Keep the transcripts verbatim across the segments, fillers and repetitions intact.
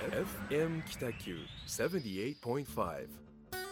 エフエム 北九 セブンティエイトポイントファイブ。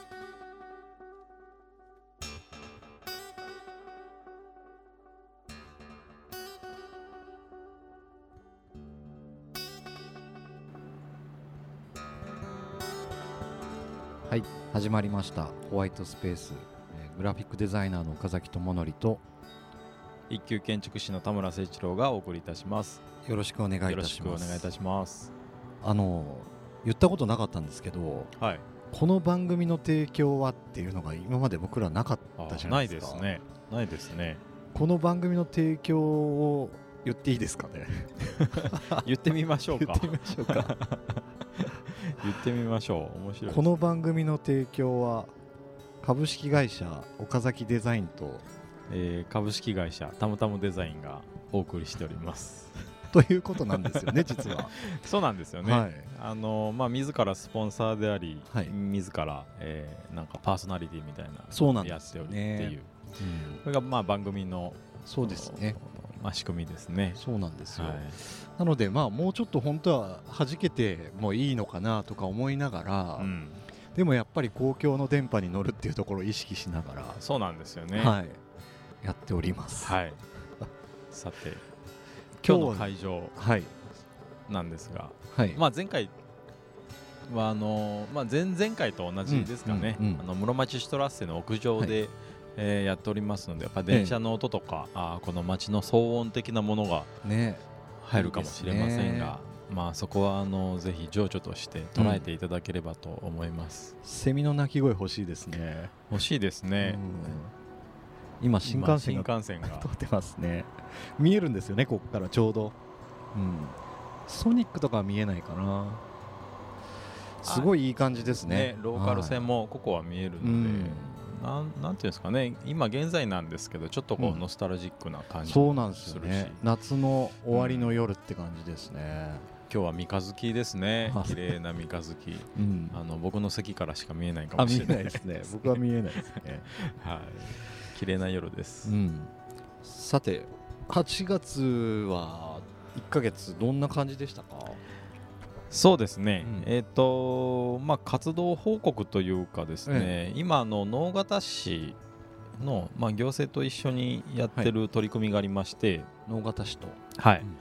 はい、始まりましたホワイトスペース、えー、グラフィックデザイナーの岡崎智則と一級建築士の田村誠一郎がお送りいたします。 よろしくお願いいたします。 よろしくお願いいたします。 あの言ったことなかったんですけど、 はい、 この番組の提供はっていうのが今まで僕らなかったじゃないですか。 ないですね。ないですね。 この番組の提供を言っていいですかね。 言ってみましょうか。 言ってみましょうか。 言ってみましょう。面白いですね。 この番組の提供は株式会社岡崎デザインと、 えー、株式会社たむたむデザインがお送りしておりますということなんですよね。実はそうなんですよね、はい、あのまあ、自らスポンサーであり、はい、自ら、えー、なんかパーソナリティみたいなのをやっておりっていう、うん、これがまあ番組のそうですね、 まあ、仕組みですね。 そうなんですよ、はい、なのでまあもうちょっと本当は弾けてもいいのかなとか思いながら、うん、でもやっぱり公共の電波に乗るっていうところを意識しながら、 そうなんですよね、 はい、やっております。 はい、さて今日の会場なんですが、 はい、 まあ、前回はあの、まあ、前々回と同じですかね、うんうんうん、あの室町シュトラッセの屋上で、はい、えー、やっておりますので、やっぱ電車の音とか、ええ、あこの街の騒音的なものが入るかもしれませんが、ね、まあ、そこはあのぜひ情緒として捉えていただければと思います、 うん、セミの鳴き声欲しいですね。 欲しいですね、 うん、今新幹線が通ってますね。見えるんですよね、ここからちょうど、うん、ソニックとかは見えないかな。すごいいい感じです ね, ね。ローカル線もここは見えるので、はい、なんなんていうんですかね、今現在なんですけどちょっとこうノスタルジックな感じもするし、うん、そうなんですよね。 夏の終わりの夜って感じですね、うん、 今日は三日月ですね。綺麗な三日月、うん、あの僕の席からしか見えないかもしれないですね。 僕は見えないですね。 はい、綺麗な夜です、 うん、さてはちがつはいっかげつどんな感じでしたか？ そうですね、うん、えーとまあ、活動報告というかですね、ええ、今の直方市の、まあ、行政と一緒にやってる取り組みがありまして、 直方市と、 はい、うんうん、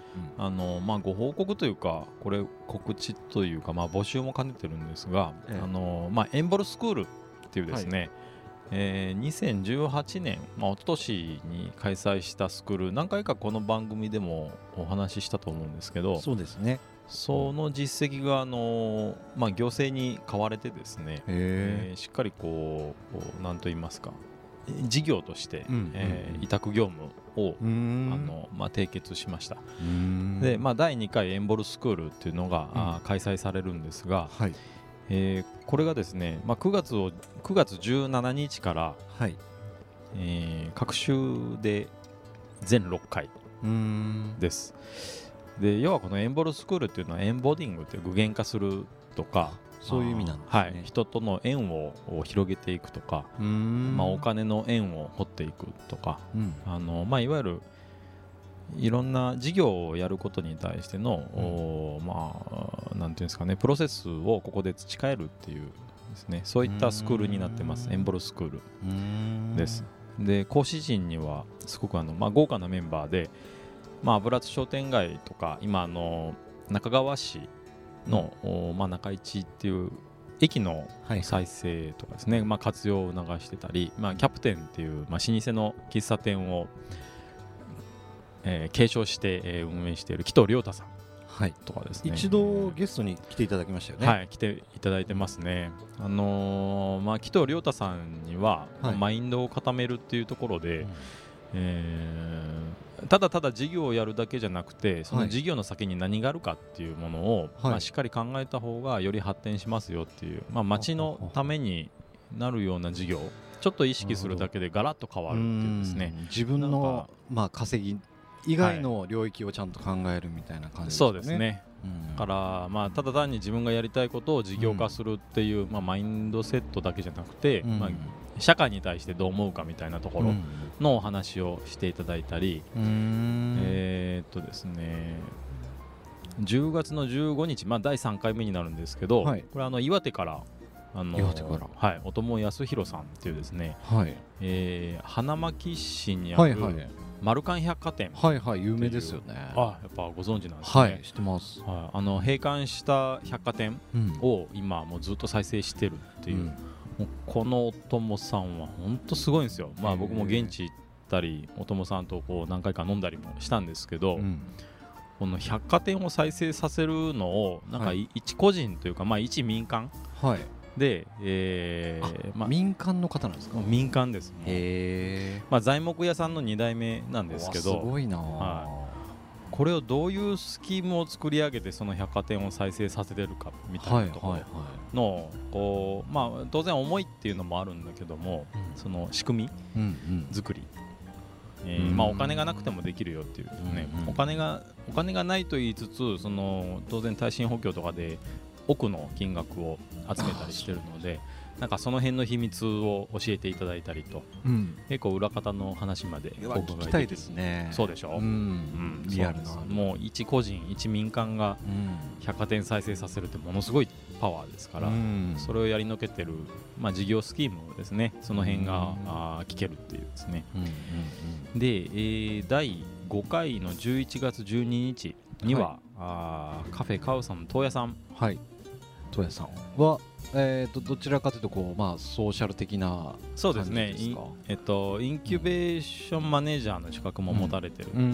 あのまあ、ご報告というかこれ告知というか、まあ、募集も兼ねてるんですが、ええ、あのまあ、エンボルスクールっていうですね、はい、えー、にせんじゅうはちねん、まあ、一昨年に開催したスクール、何回かこの番組でもお話ししたと思うんですけど、 そうですね、 その実績があの、まあ、行政に買われてですね、えー、しっかりこう何と言いますか、事業として、うんうんうん、えー、委託業務をあの、まあ、締結しました。で、まあ、だいにかいエンボルスクールっていうのが、うん、開催されるんですが、はい、えー、これがですね、まあ、くがつをくがつじゅうしちにちから、はい、えー、各週で全ろっかいです。で要はこのエンボルスクールっていうのはエンボディングって具現化するとか、 そういう意味なんですね、 はい、人との縁を広げていくとか、まあ、お金の縁を掘っていくとか、うん、あのまあ、いわゆるいろんな事業をやることに対しての、うん、まあ、なんていうんですかね、プロセスをここで培えるっていうですね、そういったスクールになってます。エンボルスクールです。で講師陣にはすごくあの、まあ、豪華なメンバーで、まあ、油津商店街とか今あの中川市の、うん、まあ、中市っていう駅の再生とかですね、はい、まあ、活用を促してたり、まあ、キャプテンっていう、まあ、老舗の喫茶店を、えー、継承して、えー、運営している紀藤亮太さんとかですね、 はい、一度ゲストに来ていただきましたよね。 はい、来ていただいてますね。あのーまあ、紀藤亮太さんには、はい、マインドを固めるっていうところで、うん、えー、ただただ事業をやるだけじゃなくて、その事業の先に何があるかっていうものを、はい、まあ、しっかり考えた方がより発展しますよっていう、まあ、町のためになるような事業ちょっと意識するだけでガラッと変わるっていうですね、 自分の、まあ、稼ぎ以外の領域をちゃんと考えるみたいな感じですね。 そうですね、うん、だから、まあ、ただ単に自分がやりたいことを事業化するっていう、うん、まあ、マインドセットだけじゃなくて、うん、まあ、社会に対してどう思うかみたいなところのお話をしていただいたり、うん、えー、っとですねじゅうがつのじゅうごにち、まあ、だいさんかいめになるんですけど、はい、これあの岩手からあの岩手から、 はい、おともやすひろさんっていうですね、 はいえー、花巻市にある、はいはい、マルカン百貨店、 はいはい、有名ですよね。 あ、やっぱご存知なんですね。 はい、知ってます。 はい、あの閉館した百貨店を今もうずっと再生してるっていう、うん、もうこのおともさんは本当すごいんですよ。まあ僕も現地行ったりおともさんとこう何回か飲んだりもしたんですけど、うん、この百貨店を再生させるのをなんか一個人というか、まあ一民間、はい、で、えーまあ、民間の方なんですか？ 民間です。 へー、 まあ、材木屋さんのにだいめなんですけど、すごいな、 はい、これをどういうスキームを作り上げてその百貨店を再生させてるかみたいなところのこう、まあ、当然思いっていうのもあるんだけども、うん、その仕組み作り、うんうん、えーまあ、お金がなくてもできるよっていうね、うんうん、お金がお金がないと言いつつその当然耐震補強とかで奥の金額を集めたりしてるので、なんかその辺の秘密を教えていただいたりと、うん、結構裏方の話までお伺いできる。聞きたいですね。 そうでしょ、うんうん、リアルな、もう一個人一民間が百貨店再生させるってものすごいパワーですから、うん、それをやりのけてる、まあ、事業スキームですね、その辺が、うん、あ聞けるっていうですね、うんうんうん、で、えー、だいごかいのじゅういちがつじゅうににちには、はい、あカフェカウさんの東屋さん、 はい、東屋さんは、えー、とどちらかというとこう、まあ、ソーシャル的な感じですか？ そうですね、えっと、インキュベーションマネージャーの資格も持たれてるっていう、うん、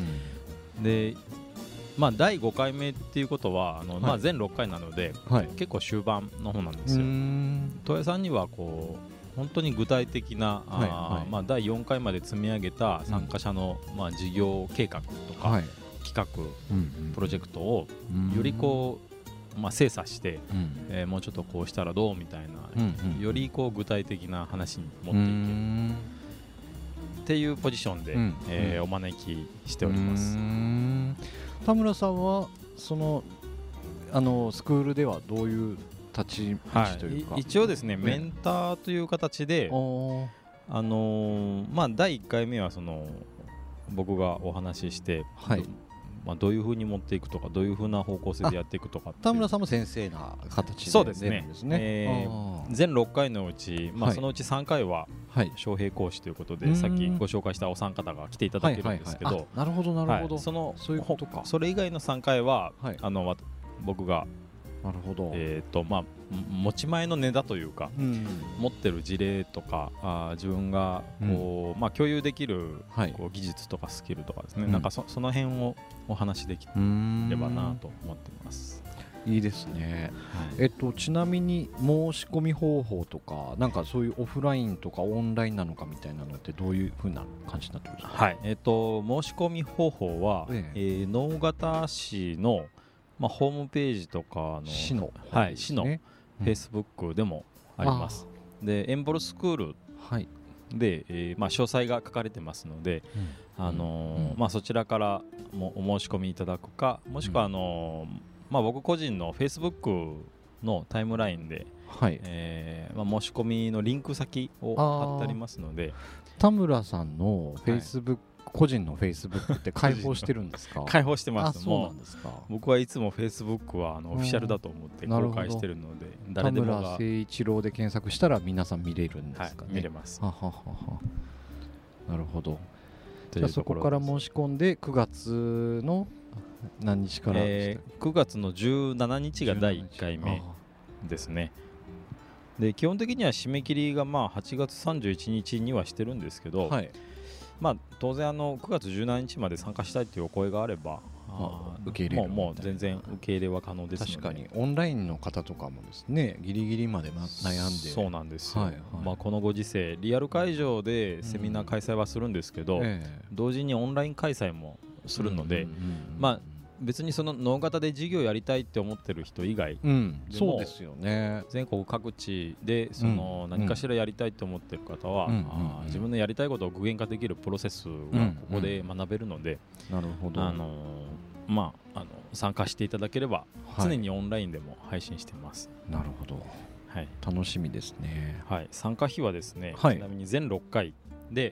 で、まあ、だいごかいめっていうことはあの、はい、まあ、全ろっかいなので、はい、結構終盤の方なんですよ。東屋さんにはこう本当に具体的な、はいはい、まあ、だいよんかいまで積み上げた参加者の、うん、まあ、事業計画とか、はい、企画、うんうん、プロジェクトをよりこう、まあ、精査して、うん、えー、もうちょっとこうしたらどうみたいな、うんうん、よりこう具体的な話に持っていけるっていうポジションで、うん、えー、お招きしております。 田村さんはそのあのスクールではどういう立ち位置というか、 はい、一応ですね、メンターという形で、あのー、まあだいいっかいめはその僕がお話しして、はい、まあ、どういう風に持っていくとかどういう風な方向性でやっていくとか。 田村さんも先生な形で。 そうですね、えー、全ろっかいのうち、まあ、そのうちさんかいは招聘講師ということで、はい、さっきご紹介したお三方が来ていただけるんですけど、はいはいはい、 なるほどなるほど、 はい、そのそういうことか。 それ以外のさんかいは、はい、あの僕がなるほど、 えーとまあ、持ち前の根だというか、うん、持ってる事例とかあ自分がこう、うん、まあ、共有できる、はい、こう技術とかスキルとかですね、うん、なんか そ, その辺をお話しできればなと思ってます。 いいですね、はい、えっと、ちなみに申し込み方法とかなんかそういうオフラインとかオンラインなのかみたいなのってどういう風な感じになってるんですか？ はい、えっと、申し込み方法は、えええー、直方市のまあ、ホームページとかの市の、 はい、市のフェイスブックでもあります。うん、でエンボルスクールで、はい、えーまあ、詳細が書かれてますので、うん、あのーうん、まあ、そちらからもお申し込みいただくか、もしくはあのーまあ、僕個人のフェイスブックのタイムラインで、はい、えーまあ、申し込みのリンク先を貼ってありますので。 田村さんのフェイスブック、はい、個人のフェイスブックって開放してるんですか？ 開放してます。 そうなんですか。 僕はいつもフェイスブックはあのオフィシャルだと思って公開してるので、 誰でもが田村誠一郎で検索したら皆さん見れるんですかね？ はい、見れます。 ははははなるほど。じゃあそこから申し込んでくがつの何日からですか？ えー、くがつのじゅうしちにちがだいいっかいめですね。で基本的には締め切りがまあはちがつさんじゅういちにちにはしてるんですけど、はい、まあ、当然あのくがつじゅうしちにちまで参加したいというお声があれば、 あ受け入れるもう、もう全然受け入れは可能ですので。 確かにオンラインの方とかもですね、ギリギリまで悩んで。 そうなんですよ、はいはい、まあ、このご時世リアル会場でセミナー開催はするんですけど、うん、えー、同時にオンライン開催もするので、うんうんうんうん、まあ別にその能型で授業やりたいって思ってる人以外でも、うん、 そうですよね、 全国各地でその何かしらやりたいと思ってる方は、うん、あ自分のやりたいことを具現化できるプロセスがここで学べるので、 うんうん、なるほど、 あのー、まあ、あの参加していただければ常にオンラインでも配信してます。 なるほど、はい、楽しみですね、 はい、参加費はですね、はい、ちなみに全ろっかいで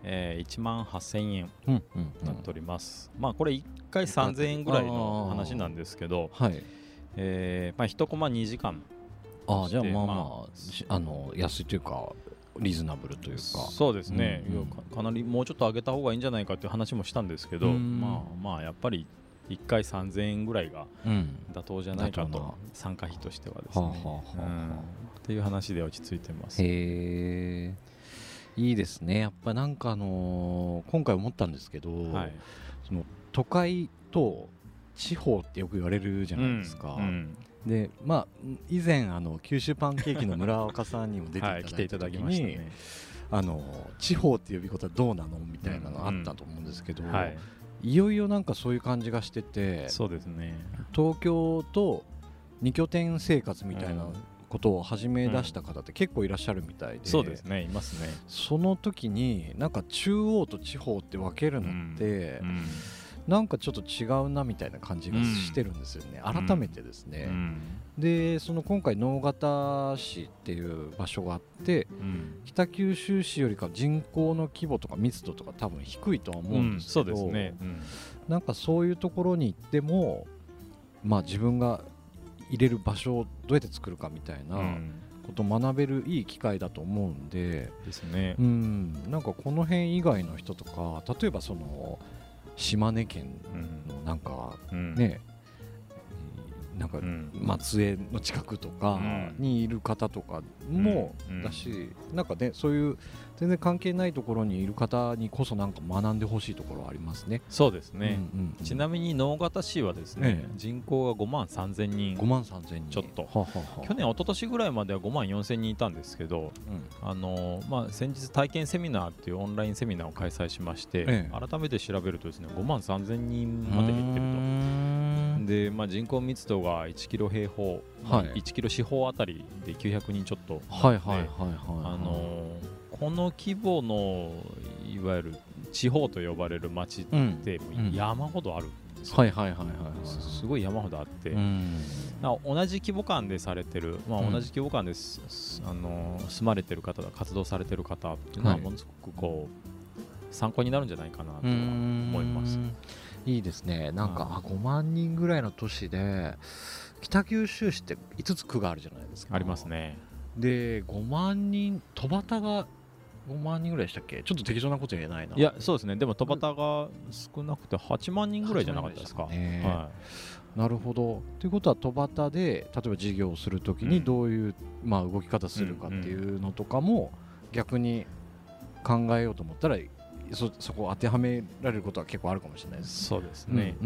えー、いちまんはっせんえんになっております、うんうんうん、まあこれいっかいさんぜんえんぐらいの話なんですけど、はい、えーまあ、いちコマにじかん。 ああ、じゃあまあまあ、まあ、あの安いというかリーズナブルというか。 そうですね、うんうん、か, かなりもうちょっと上げた方がいいんじゃないかっていう話もしたんですけど、まあまあやっぱりいっかいさんぜんえんぐらいが妥当じゃないかと、うん、参加費としてはですね、はあはあはあ、うん、っていう話で落ち着いてます。 へえ、いいですね。やっぱなんかあのー、今回思ったんですけど、はい、その都会と地方ってよく言われるじゃないですか、うんうん、でまあ以前あの九州パンケーキの村岡さんにも出ていただいた時に、はい、来ていただきましたね。あの地方って呼び方はどうなのみたいなのあったと思うんですけど、うんうん、はい、いよいよなんかそういう感じがしてて、 そうですね、 東京と二拠点生活みたいなことを始め出した方って結構いらっしゃるみたいで、うん、 そうですね、いますね。 その時になんか中央と地方って分けるのって、うんうん、なんかちょっと違うなみたいな感じがしてるんですよね、うん、改めてですね、うん、でその今回直方市っていう場所があって、うん、北九州市よりか人口の規模とか密度とか多分低いとは思うんですけど、うん、そうですね、うん、なんかそういうところに行ってもまあ自分が入れる場所をどうやって作るかみたいなことを学べるいい機会だと思うんで、 ですね、 うん、なんかこの辺以外の人とか、例えばその島根県のなんかね、うん、なんか松江の近くとかにいる方とかもだし、なんかねそういう全然関係ないところにいる方にこそなんか学んでほしいところはありますね。 そうですね、うんうんうん、ちなみに直方市はですね、ええ、人口がごまんさんぜんにん、 ごまんさんぜんにんちょっと、ははは去年一昨年ぐらいまではごまんよんせんにんいたんですけど、うん、あのーまあ、先日体験セミナーっていうオンラインセミナーを開催しまして、ええ、改めて調べるとですねごまんさんぜんにんまで減ってると。で、まあ、人口密度がいちキロ平方、はい、いちキロ四方あたりできゅうひゃくにんちょっとなので、この規模のいわゆる地方と呼ばれる町って山ほどあるんですよ、はいはいはいはい、すごい山ほどあって、うん、同じ規模感でされてる、まあ、同じ規模感で、うん、あの住まれてる方活動されてる方っていうのはものすごくこう参考になるんじゃないかなとは思います。 いいですね。なんか、あ、ごまんにんぐらいの都市で北九州市っていつつ区があるじゃないですか。 ありますね。 でごまんにん、戸端がごまんにんぐらいでしたっけ？ちょっと適当なこと言えないな。 いや、そうですね。でも戸端が少なくてはちまんにんぐらいじゃなかったですか。ね、はい、なるほど。ということは戸端で例えば事業をするときにどういう、うん、まあ、動き方するかっていうのとかも逆に考えようと思ったらそ, そこを当てはめられることは結構あるかもしれないです。 そうですね。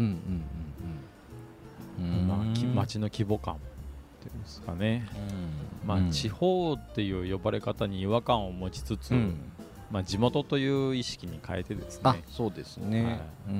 町の規模感っていうんですかね、うん、まあ、うん、地方っていう呼ばれ方に違和感を持ちつつ、うん、まあ、地元という意識に変えてですね、 あ、そうですね、はい、 うん、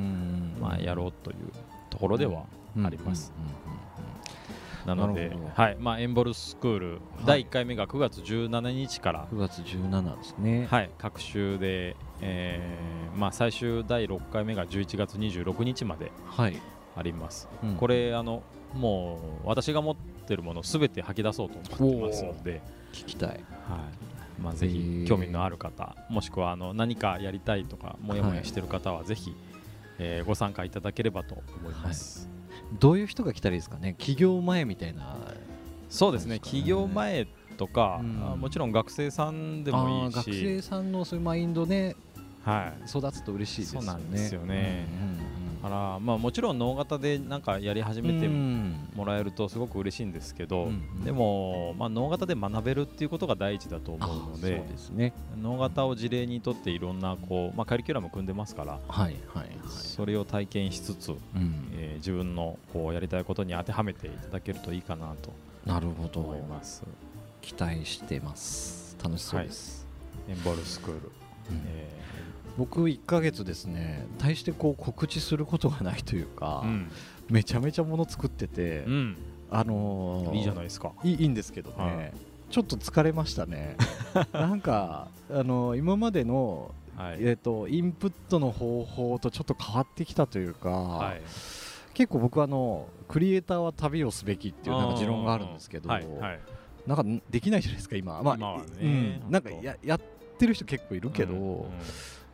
まあ、やろうというところではあります。なので、はい、まあ、エンボルスクール、はい、だいいっかいめがくがつじゅうしちにちからくがつじゅうしちですね、 はい、各週で、えーまあ、最終だいろっかいめがじゅういちがつにじゅうろくにちまであります、はい、うん、これあのもう私が持ってるものすべて吐き出そうと思ってますので聞きたい、はい、 まあ、ぜひ興味のある方、もしくはあの何かやりたいとかもやもやしてる方はぜひ、えー、ご参加いただければと思います、 はい、どういう人が来たらいいですかね。起業前みたいな。 そうですね、起業前とか、うん、もちろん学生さんでもいいし、 学生さんのそういうマインドで、はい、育つと嬉しいですよね。 そうなんですよね、うんうんうん、あら、まあ、もちろん能型でなんかやり始めてもらえるとすごく嬉しいんですけど、うんうん、でも、まあ、能型で学べるっていうことが第一だと思うので、 そうですね、 能型を事例にとっていろんなこう、まあ、カリキュラム組んでますから、はいはいはい、それを体験しつつ、うん、えー、自分のこうやりたいことに当てはめていただけるといいかなと思います。 期待してます。楽しそうです、 はい、エンボルスクール、うん、えー、僕いっかげつですね、大してこう告知することがないというか、うん、めちゃめちゃもの作ってて、うん、あのー、 いいじゃないですか。 いい、いいんですけどね、はい、ちょっと疲れましたねなんか、あのー、今までの、はい、えーと、インプットの方法とちょっと変わってきたというか、はい、結構僕はあのクリエイターは旅をすべきっていうなんか持論があるんですけど、はいはい、なんかできないじゃないですか今、まあ、今はね、うん、なんか や, やってる人結構いるけど、うんうん、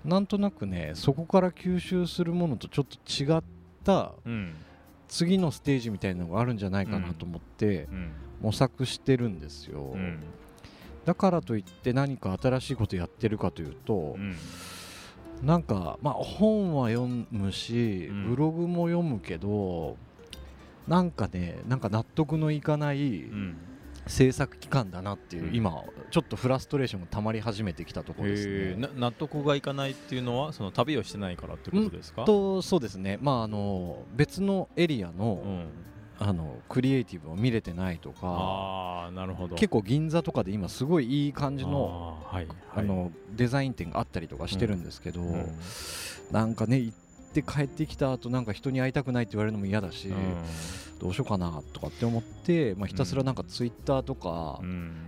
なんとなくねそこから吸収するものとちょっと違った次のステージみたいなのがあるんじゃないかなと思って模索してるんですよ、うん、だからといって何か新しいことやってるかというと、うん、なんかまあ本は読むし、うん、ブログも読むけどなんかねなんか納得のいかない、うん制作期間だなっていう、うん、今ちょっとフラストレーションがたまり始めてきたところですね。 納得がいかないっていうのはその旅をしてないからってことですか？ うんとそうですね、まあ、あの別のエリアの、うん、あのクリエイティブを見れてないとかあなるほど結構銀座とかで今すごいいい感じの、あ、はいはい、あのデザイン店があったりとかしてるんですけど、うんうん、なんかね行って帰ってきた後なんか人に会いたくないって言われるのも嫌だし、うんどうしようかなとかって思って、まあ、ひたすらなんかツイッターとか、うん、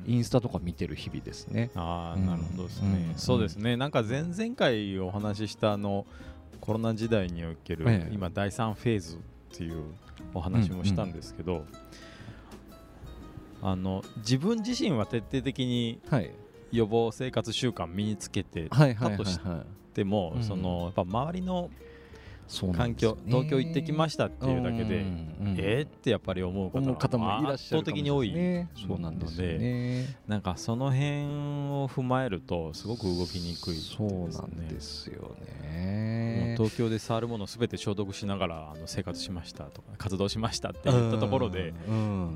インスタとか見てる日々ですね。 ああ、なるほどですね、うん、そうですね。なんか前々回お話ししたあのコロナ時代における、ええ、今だいさんフェーズっていうお話もしたんですけど、うんうん、あの自分自身は徹底的に予防生活習慣身につけてたとしても、そのやっぱ周りの環境、ね、東京行ってきましたっていうだけで、うんうん、えーってやっぱり思う方が圧倒的に多いそうなんですよね。 なんかその辺を踏まえるとすごく動きにくいですね。 そうなんですよね。 もう東京で触るものすべて消毒しながらあの生活しましたとか活動しましたって言ったところで、うん、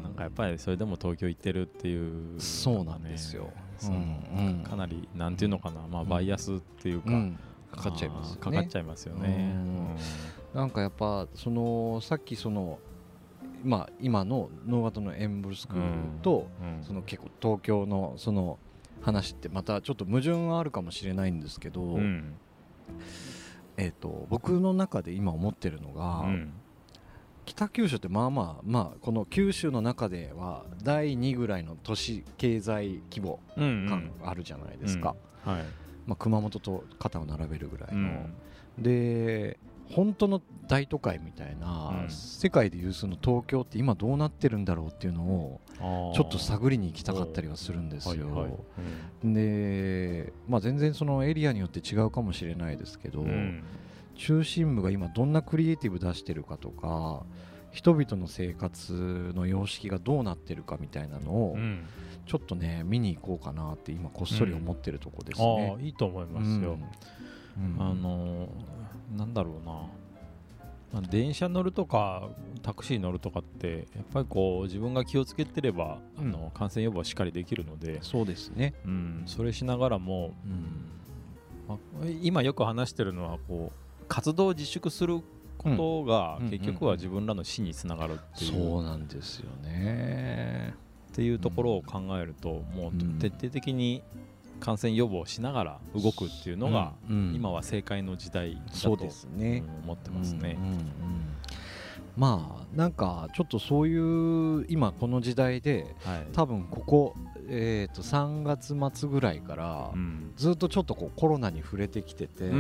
なんかやっぱりそれでも東京行ってるっていう、 ね、そうなんですよ。 その、うん、かなりなんていうのかな、まあ、バイアスっていうか、うんかかっちゃいますよね。 かかっちゃいますよね。 うん、なんかやっぱそのさっきそのまあ今のノーガトのエンブルスクールと、うんうん、その結構東京のその話ってまたちょっと矛盾があるかもしれないんですけど、うん、えっと僕の中で今思ってるのが、うん、北九州ってまあまあまあこの九州の中ではだいにぐらいの都市経済規模感あるじゃないですか。うんうんはいまあ、熊本と肩を並べるぐらいの、うん、で本当の大都会みたいな、うん、世界で有数の東京って今どうなってるんだろうっていうのをちょっと探りに行きたかったりはするんですよ、はいはいうん、で、まあ、全然そのエリアによって違うかもしれないですけど、うん、中心部が今どんなクリエイティブ出してるかとか人々の生活の様式がどうなってるかみたいなのを、うんちょっとね見に行こうかなって今こっそり思ってるとこですね、 うん、あいいと思いますよ、うんうん、あのなんだろうな、まあ、電車乗るとかタクシー乗るとかってやっぱりこう自分が気をつけてれば、うん、あの感染予防はしっかりできるのでそうですね、 うん、それしながらも、うんまあ、今よく話してるのはこう活動を自粛することが結局は自分らの死につながるっていう、 うんうんうん、そうなんですよねっていうところを考えると、もう徹底的に感染予防しながら動くっていうのが今は正解の時代だと思ってますね。 まあなんかちょっとそういう今この時代で、はい、多分ここ、えー、とさんがつ末ぐらいからずっとちょっとこうコロナに触れてきてて、うんうん、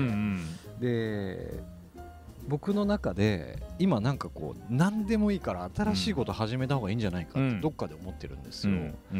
で僕の中で今なんかこう何でもいいから新しいこと始めた方がいいんじゃないかってどっかで思ってるんですよ、うんうん、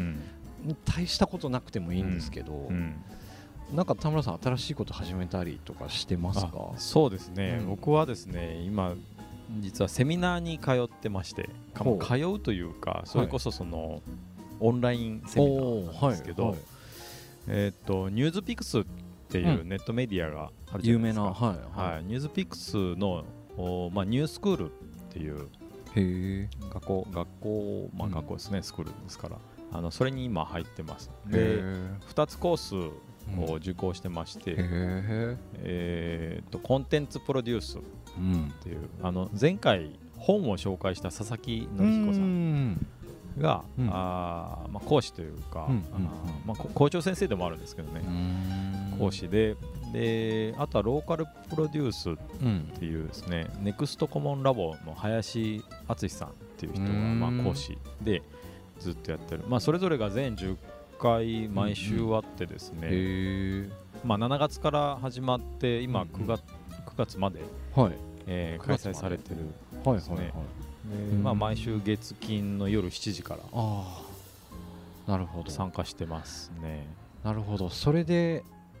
大したことなくてもいいんですけど、うん、なんか田村さん新しいこと始めたりとかしてますか？ そうですね、うん、僕はですね今実はセミナーに通ってまして通うというかそれこそその、はい、オンラインセミナーなんですけど、はいはいえー、とニュースピックスっていうネットメディアがあるじゃないですか、有名な、はいはい、ニュースピックスの、まあ、ニュースクールっていうへ学校学校、まあ、学校ですね、うん、スクールですからあのそれに今入ってます。でふたつコースを受講してまして、うん、えー、とコンテンツプロデュースっていう、うん、あの前回本を紹介した佐々木典彦さんが、うんあまあ、講師というか、うんあまあ、校長先生でもあるんですけどね、講師で、であとはローカルプロデュースっていうですね、うん、ネクストコモンラボの林敦さんっていう人がまあ講師でずっとやってる、まあ、それぞれが全じゅっかい毎週あってですね、うんうんまあ、しちがつから始まって今くがつ、くがつまで、はいえー、開催されてるんですね、はいはいはいでまあ、毎週月金の夜しちじからあなるほど参加してますね。 なるほど。それで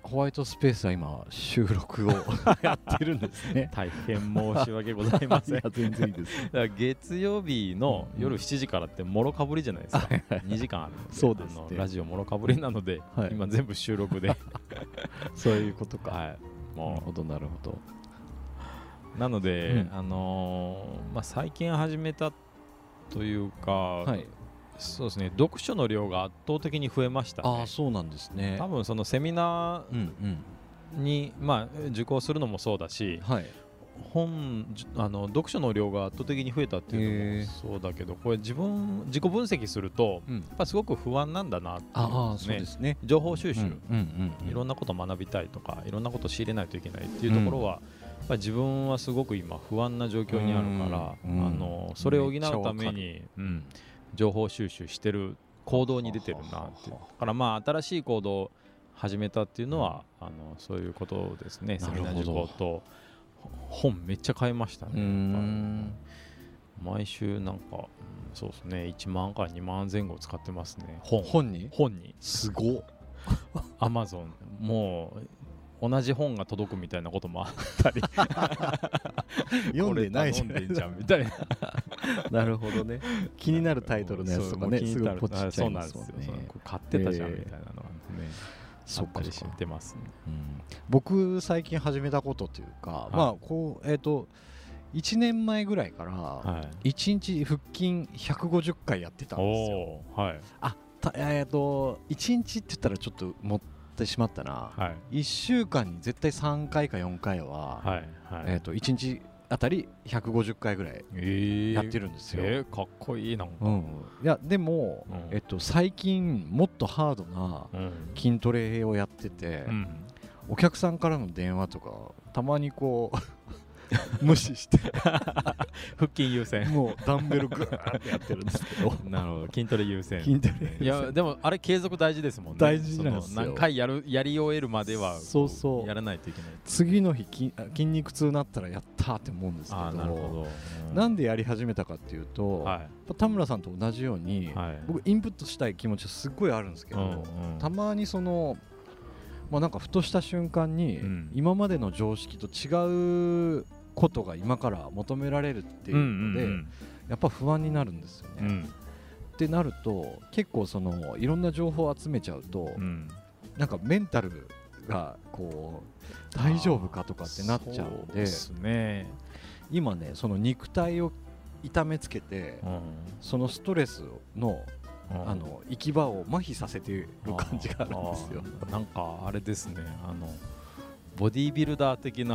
ホワイトスペースは今収録をやってるんですね。 大変申し訳ございません。いや全然いいです。 だから月曜日の夜しちじからってもろかぶりじゃないですか。にじかんあるので、 そうですね、 あのラジオもろかぶりなので、はい、今全部収録でそういうことか。 はい、もうなるほどなるほど。 なので、うん、あのーまあ、最近始めたというか、はい、そうですね、読書の量が圧倒的に増えましたね。 あ、そうなんですね。 多分そのセミナーに、うんうん、まあ、受講するのもそうだし、はい、本あの読書の量が圧倒的に増えたっていうのもそうだけど、これ自分自己分析すると、うん、やっぱすごく不安なんだなっていう、ね、 あ、そうですね、 情報収集、うんうんうん、いろんなことを学びたいとかいろんなことを仕入れないといけないっていうところは、うん、やっぱり自分はすごく今不安な状況にあるから、うん、あのそれを補うために、うん、情報収集してる行動に出てるなっていう。だからまあ新しい行動を始めたっていうのは、あのそういうことですね。セミナー受講と本めっちゃ買いましたね。うん毎週なんか、うん、そうですね、いちまんからにまんぜん後使ってますね。本本に本にすごっ。 アマゾンもう同じ本が届くみたいなこともあったり読んでないじゃんこれ頼んでんじゃんみたいななるほどね。気になるタイトルのやつとかね、すぐポチっちゃいますもんね。 そうなんですよ。買ってたじゃんみたいなのがね、 そっかり知ってますね。 うん、僕最近始めたことというか、はい、まあこうえっ、ー、といちねんまえぐらいからいちにち腹筋ひゃくごじゅっかいやってたんですよ。はい、あたえっ、ー、といちにちって言ったらちょっともってしまったな、はい、いっしゅうかんに絶対さんかいかよんかいは、はいはい、えー、といちにちあたりひゃくごじゅっかいぐらいやってるんですよ。 えー、えー、かっこいいなんか、 うん、いやでも、うん、えっと、最近もっとハードな筋トレをやってて、うん、お客さんからの電話とかたまにこう無視して腹筋優先、 もうダンベルグーってやってるんですけどなるほど、筋トレ優先。 筋トレ優先。 いやでもあれ継続大事ですもんね。 大事なんですよ。 何回やるやり終えるまではそうそうやらないといけない。 次の日筋筋肉痛になったらやったって思うんですけど、 あ、なるほど、 うん、なんでやり始めたかっていうと、はい、田村さんと同じように、はい、僕インプットしたい気持ちはすっごいあるんですけど、うんうん、たまにそのまあなんかふとした瞬間に、うん、今までの常識と違うことが今から求められるっていうので、うんうんうん、やっぱ不安になるんですよね、うん、ってなると結構そのいろんな情報を集めちゃうと、うん、なんかメンタルがこう大丈夫かとかってなっちゃうので、そうですね、今ねその肉体を痛めつけて、うん、そのストレスのあの行き場を麻痺させてる感じがあるんですよ。 なんかあれですね、あのボディービルダー的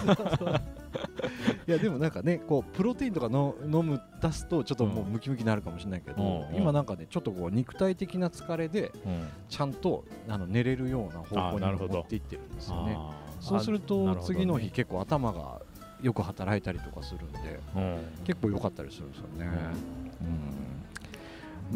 ないやでもなんかねこうプロテインとかの飲む出すとちょっともうムキムキになるかもしれないけど、うん、今なんかねちょっとこう肉体的な疲れでちゃんとあの寝れるような方向に持っていってるんですよね。そうすると次の日結構頭がよく働いたりとかするんで、うん、結構良かったりするんですよね。うん、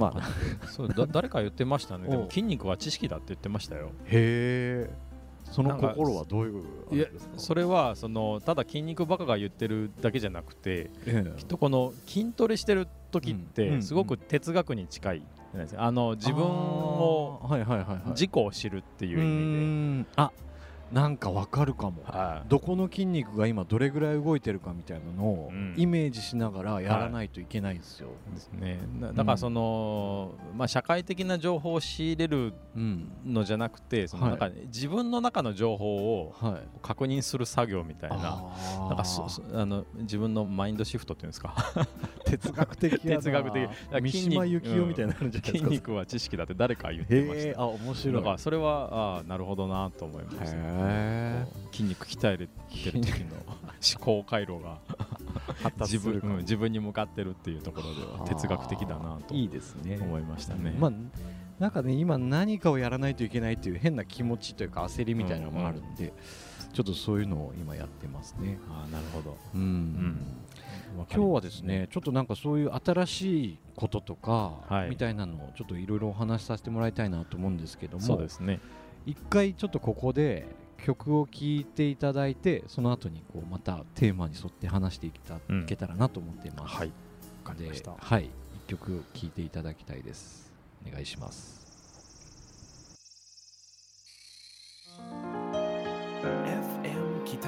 まあそうだ誰か言ってましたね。でも筋肉は知識だって言ってましたよ。 へえ。その心はどういうあれですか？ いやそれはそのただ筋肉バカが言ってるだけじゃなくて、ええ、きっとこの筋トレしてる時ってすごく哲学に近いじゃないですか。あの自分を自己を知るっていう意味で、 あなんかわかるかも、はい、どこの筋肉が今どれぐらい動いてるかみたいなのをイメージしながらやらないといけないんですよ、 はい、ですね。だからその、うん、まあ、社会的な情報を仕入れるのじゃなくて、そのなんか自分の中の情報を確認する作業みたいな、はい、なんかそあの自分のマインドシフトっていうんですか哲学的やな哲学的三島由紀夫みたいになるんじゃないですか、 筋肉は知識だって誰か言ってました。 あ、面白い。 だからそれはあなるほどなと思いました。筋肉鍛えれてる時の思考回路が自分、うん、自分に向かってるっていうところでは哲学的だなといいですね思いましたね。 まあなんかね今何かをやらないといけないという変な気持ちというか焦りみたいなのもあるんで、うんうん、ちょっとそういうのを今やってますね。 ああなるほど、 うんうん、今日はですねちょっとなんかそういう新しいこととか、はい、みたいなのをちょっといろいろお話しさせてもらいたいなと思うんですけども、 そうですね、 一回ちょっとここで曲を聴いていただいてその後にこうまたテーマに沿って話していけたらなと思っています、うん、 はい、わかりました。 はい、一曲聴いていただきたいです。お願いします。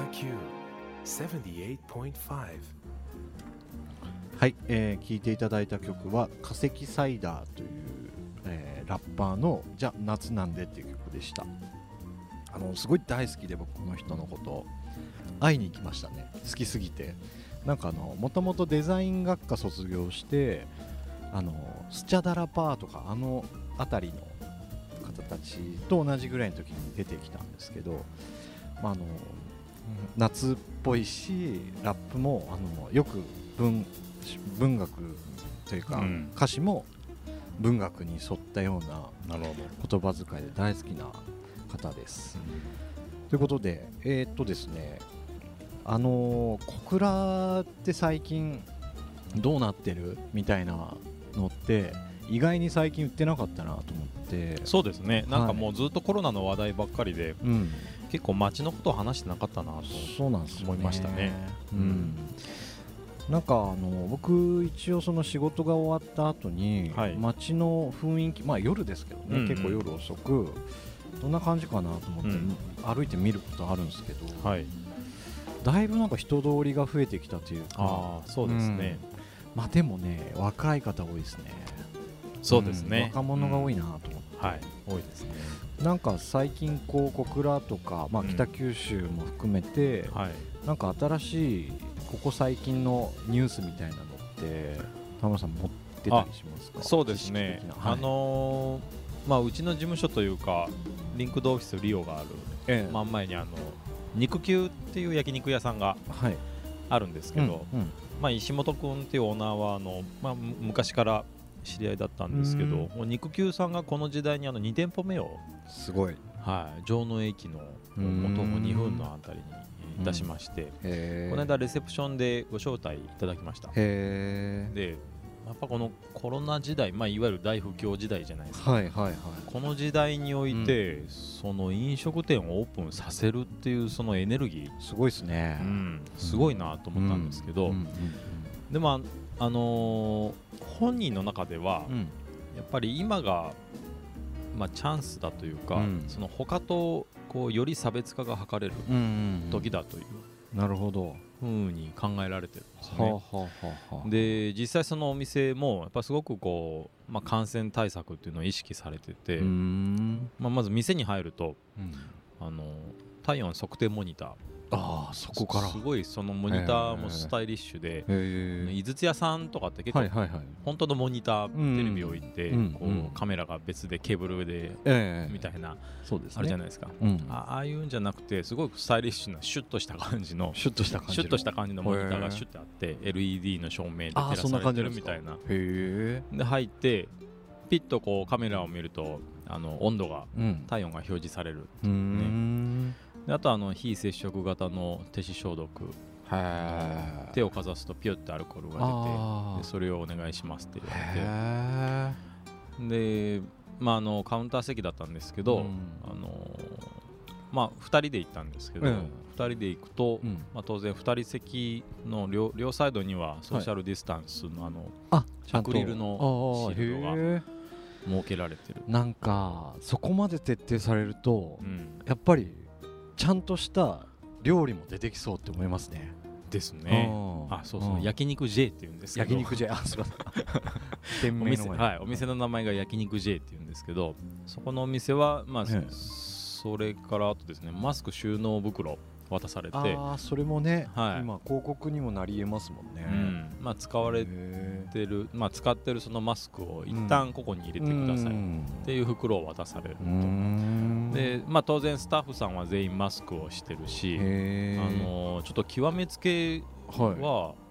タキュー セブンティエイトポイントファイブ。 はい、えー、聴いていただいた曲は化石サイダーという、えー、ラッパーのじゃ夏なんでっていう曲でした。あのすごい大好きで、僕この人のこと会いに行きましたね。好きすぎて。なんかあのもともとデザイン学科卒業して、あのスチャダラパーとかあの辺りの方たちと同じぐらいの時に出てきたんですけど、まあ、あの夏っぽいしラップもあのよく 文, 文学というか、うん、歌詞も文学に沿ったような言葉遣いで大好きな方です、うん、ということでえー、っとですねあの小倉って最近どうなってるみたいなのって意外に最近売ってなかったなと思って。 そうですね、なんかもうずっとコロナの話題ばっかりで、 うん、 結構街のことを話してなかったなと思いましたね。 うん、なんかあの僕一応その仕事が終わった後に、はい、街の雰囲気、まあ夜ですけどね、うんうん、結構夜遅くどんな感じかなと思って、うん、歩いて見ることあるんですけど、はい、だいぶなんか人通りが増えてきたというか。 あ、そうですね、 うん、まあでもね若い方多いですね。 そうですね、 うん、若者が多いなと思って、 うん、はい、多いですね。 なんか最近こう小倉とか、まあ、北九州も含めて、うん、はい、なんか新しいここ最近のニュースみたいなのって田村さん持ってたりしますか？ そうですね、はい、あのー、まあうちの事務所というかリンクドオフィスリオがある、ええ、真ん前にあの肉球っていう焼肉屋さんがあるんですけど、はい、うんうん、まあ、石本君っていうオーナーはあの、まあ、昔から知り合いだったんですけど、もう肉球さんがこの時代にあのに店舗目をすごい、 はい、城野駅の徒歩にふんのあたりに出しまして、この間レセプションでご招待いただきました。へー。でやっぱこのコロナ時代、まあ、いわゆる大不況時代じゃないですか、はいはいはい、この時代において、うん、その飲食店をオープンさせるっていうそのエネルギーすごいですね、 うん、すごいなと思ったんですけど、うんうんうんうん、でもあのー、本人の中では、うん、やっぱり今が、まあ、チャンスだというか、うん、その他とこうより差別化が図れる時だという、 うんうん、なるほどふうに考えられてるんですね。はあはあはあ、で実際そのお店もやっぱすごくこう、まあ、感染対策っていうのを意識されてて、うーん、まあ、まず店に入ると、うん、あの体温測定モニター、 ああ、そこからすごいそのモニターもスタイリッシュで、井筒屋さんとかって結構本当のモニターテレビ置いて、こうカメラが別でケーブルでみたいなあるじゃないですか。ああいうんじゃなくてすごくスタイリッシュなシュッとした感じのシュッとした感じのシュッとした感じのモニターがシュッてあって、 エルイーディー の照明で照らされてるみたいな。で入ってピッとこうカメラを見るとあの温度が、体温が表示されるっていうね。であとあの非接触型の手指消毒、手をかざすとピュッてアルコールが出て、でそれをお願いしますって言われて、で、まあ、あのカウンター席だったんですけど、うん、あのまあ、ふたりで行ったんですけど、うん、ふたりで行くと、うん、まあ、当然ふたり席の 両, 両サイドにはソーシャルディスタンスの、あの、はい、アクリルのシールドが設けられてる。 なんかそこまで徹底されると、うん、やっぱりちゃんとした料理も出てきそうって思いますね。 ですね。あ、そうそう、焼肉 J って言うんですけど。 焼肉 J、あ、そうだ。 店名の前、はい、お店の名前が焼肉 J って言うんですけど、そこのお店はまあ、ええ、それからあとですね、マスク収納袋渡されて、 あ、それもね、はい、今広告にもなり得ますもんね。 うん、まあ、使われてる、まあ、使ってるそのマスクを一旦ここに入れてくださいっていう袋を渡されると。で、まあ、当然スタッフさんは全員マスクをしてるし、あのー、ちょっと極めつけは、はい、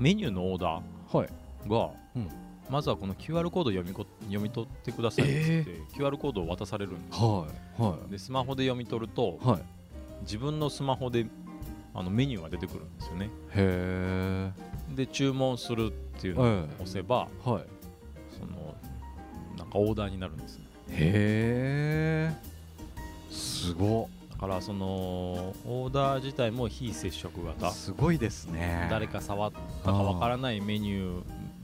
メニューのオーダーが、はい、うん、まずはこの キューアール コードを読みこ読み取ってくださいって言って、えー、キューアール コードを渡されるんです、はいはい、でスマホで読み取ると、はい、自分のスマホであのメニューが出てくるんですよね。へー。で注文するっていうのを押せば、えーはい、そのなんかオーダーになるんですね。 へー、すごっ。 だからそのオーダー自体も非接触型、 すごいですね。 誰か触ったかわからないメニュー、なんか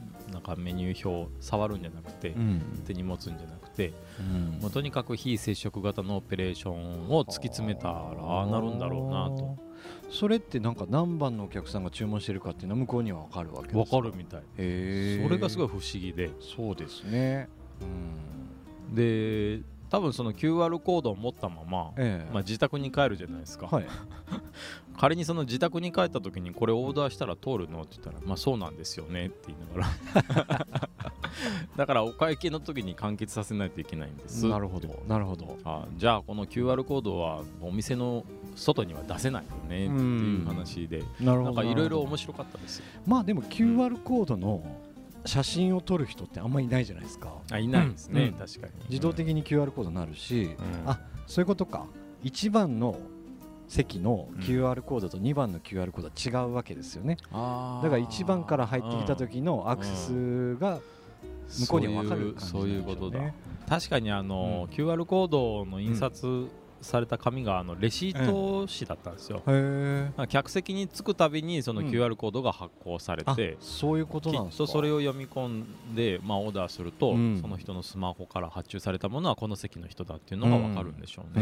かメニュー表触るんじゃなくて、うん、手に持つんじゃなくて、うん、もうとにかく非接触型のオペレーションを突き詰めたらああなるんだろうなと。 それってなんか何番のお客さんが注文してるかっていうのは向こうには分かるわけですか？ 分かるみたい。へそれがすごい不思議で。 そうですね、 うん、で多分その キューアール コードを持ったまま、ええまあ、自宅に帰るじゃないですか、はい、仮にその自宅に帰った時にこれオーダーしたら通るのって言ったらまあそうなんですよねって言いながらだからお会計の時に完結させないといけないんです。 なるほどなるほど。 あじゃあこの キューアール コードはお店の外には出せないよねっていう話で、なるほど、なんかいろいろ面白かったですよ。 まあでも キューアール コードの写真を撮る人ってあんまりいないじゃないですか。 あいないですね、うん、確かに自動的に キューアール コードになるし、うん、あそういうことか。いちばんの席の キューアール コードとにばんの キューアール コードは違うわけですよね、うん、だからいちばんから入ってきた時のアクセスが向こうには分かる感じなんでしょうね。そういうことだ。 確かにあの、うん、キューアール コードの印刷された紙があのレシート紙だったんですよ、えー、客席に着くたびにその キューアール コードが発行されて、うん、 そういうことなんですか。 きっとそれを読み込んで、まあ、オーダーすると、うん、その人のスマホから発注されたものはこの席の人だっていうのが分かるんでしょうね、うん、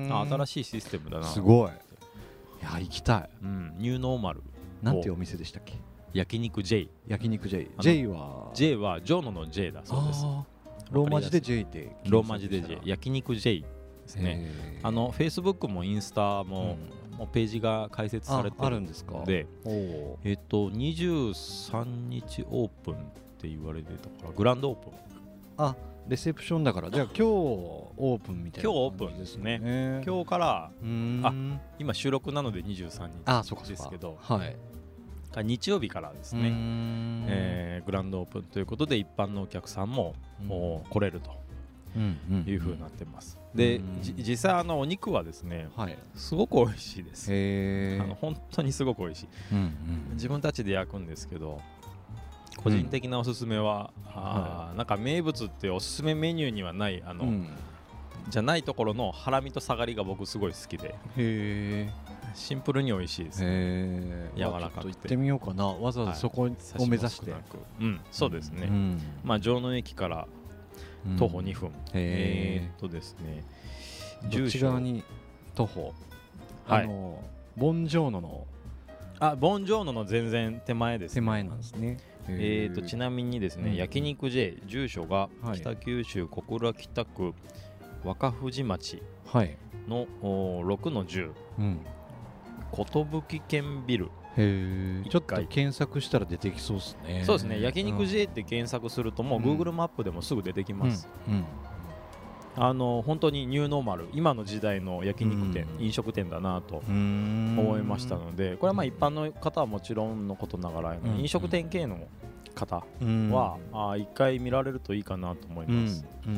あ新しいシステムだな。 すごい。いや行きたい、 うん、ニューノーマル。 なんていうお店でしたっけ？ 焼肉 J。 焼肉 J。 J は J はジョーノの J だそうです。 ローマ字で J ってローマ字で J 焼肉 Jですね。あの Facebook もインスタも、うん、もうページが開設されてるんですか。で、えっとにじゅうさんにちオープンって言われてたからグランドオープン。 あレセプションだからじゃあ今日オープンみたいな感じですね。 今日オープンですね。今日からあ今収録なのでにじゅうさんにちですけど、はい、日曜日からですね、えー、グランドオープンということで一般のお客さんももう来れるという風になってます。で実際あのお肉はですね、はい、すごく美味しいです。へあの本当にすごく美味しい、うんうん、自分たちで焼くんですけど個人的なおすすめは、うん、あなんか名物っておすすめメニューにはないあの、うん、じゃないところのハラミとサガリが僕すごい好きで、へシンプルに美味しいです、ね、柔らかくて、まあ、ちょっと行ってみようかな。わざわざそこを目指して、はい、 うん、そうですね、うん、まあ城野駅から徒歩にふん、うん、えー、っとですねどっち側に徒歩、はい、あのボンジョーノのあボンジョーノの全然手前です、ね、 手前なんですね。 えー、とちなみにですね、うん、焼肉 J 住所が北九州小倉北区若藤町の、はい、ろくのじゅう、うん、寿県ビル。 へちょっと検索したら出てきそうですね。 そうですね焼肉 J って検索するともう Google マップでもすぐ出てきます、うんうん、あの本当にニューノーマル今の時代の焼肉店、うん、飲食店だなと思いましたのでこれはまあ一般の方はもちろんのことながら、うん、飲食店系の方は、うん、あ一回見られるといいかなと思います、うんうん、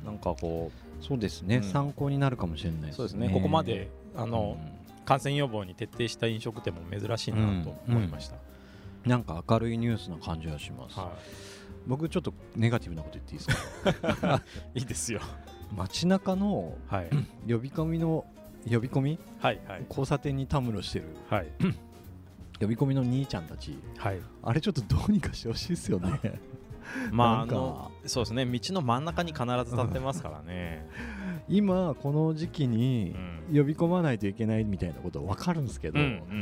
なんかこうそうですね、うん、参考になるかもしれないですね。 そうですねここまであの、うん感染予防に徹底した飲食店も珍しいなと思いました、うんうん、なんか明るいニュースな感じがします、はい、僕ちょっとネガティブなこと言っていいですかいいですよ。 街中の、はい、呼び込みの呼び込み、 はいはい、 交差点にたむろしてる、はい、呼び込みの兄ちゃんたち、はい、あれちょっとどうにかしてほしいですよねまああのそうですね道の真ん中に必ず立ってますからね今この時期に呼び込まないといけないみたいなことは分かるんですけど、うんうん、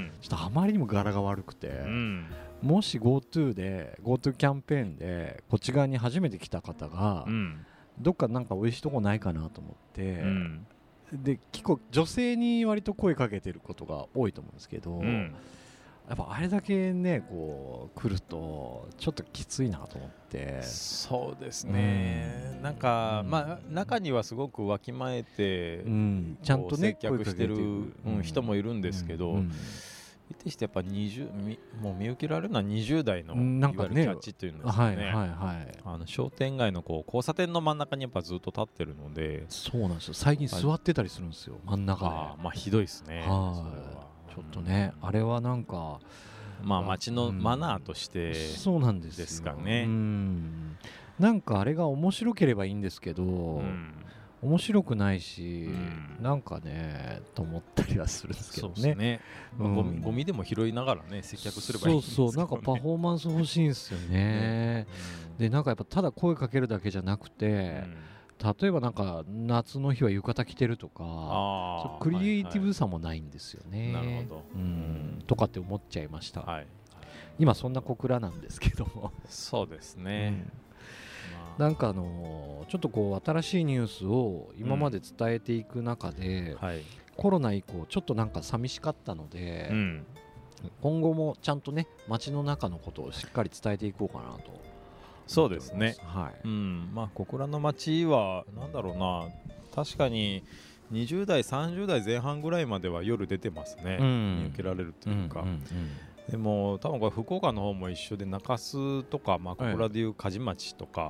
ちょっとあまりにも柄が悪くて、うん、もし GoTo で GoTo キャンペーンでこっち側に初めて来た方が、うん、どっかなんか美味しいとこないかなと思って、うん、で結構女性に割と声かけてることが多いと思うんですけど、うんやっぱあれだけねこう来るとちょっときついなと思って。 そうですね、うん、なんか、うん、まあ中にはすごくわきまえて、うん、ちゃんとね接客してる、うん、人もいるんですけど、うん、一定してやっぱにじゅうみもう見受けられるのはにじゅう代のいわゆるキャッチっていうんですかね、はいはいはい、あの商店街のこう交差点の真ん中にやっぱずっと立ってるので。 そうなんですよ最近座ってたりするんですよ真ん中で。 あまあひどいですねそれはちょっとね、うん、あれはなんかまあ街のマナーとしてそうなんですかね、うん、 なんかあれが面白ければいいんですけど、うん、 面白くないし、うん、なんかねと思ったりはするんですけどね。そうですね、 まあ、ゴミ、ゴミでも拾いながらね接客すればいいんですけどね。 そうそう、なんかパフォーマンス欲しいんですよね。ね、うん、でなんかやっぱただ声かけるだけじゃなくて、うん、例えばなんか夏の日は浴衣着てるとか、そうクリエイティブさもないんですよね。 はいはい、なるほど、 うん、とかって思っちゃいました。はい、今そんな小倉なんですけどもそうですね、 うん、なんかあのー、ちょっとこう新しいニュースを今まで伝えていく中で、うん、はい、コロナ以降ちょっとなんか寂しかったので、うん、今後もちゃんとね街の中のことをしっかり伝えていこうかなと。 そうですね、はい、うん、まあ小倉の街はなんだろうな、確かににじゅう代さんじゅう代前半ぐらいまでは夜出てますね、うん、見受けられるというか、うんうんうん、でも多分これ福岡の方も一緒で中洲とか、まあ、小倉でいう梶町とか、はい、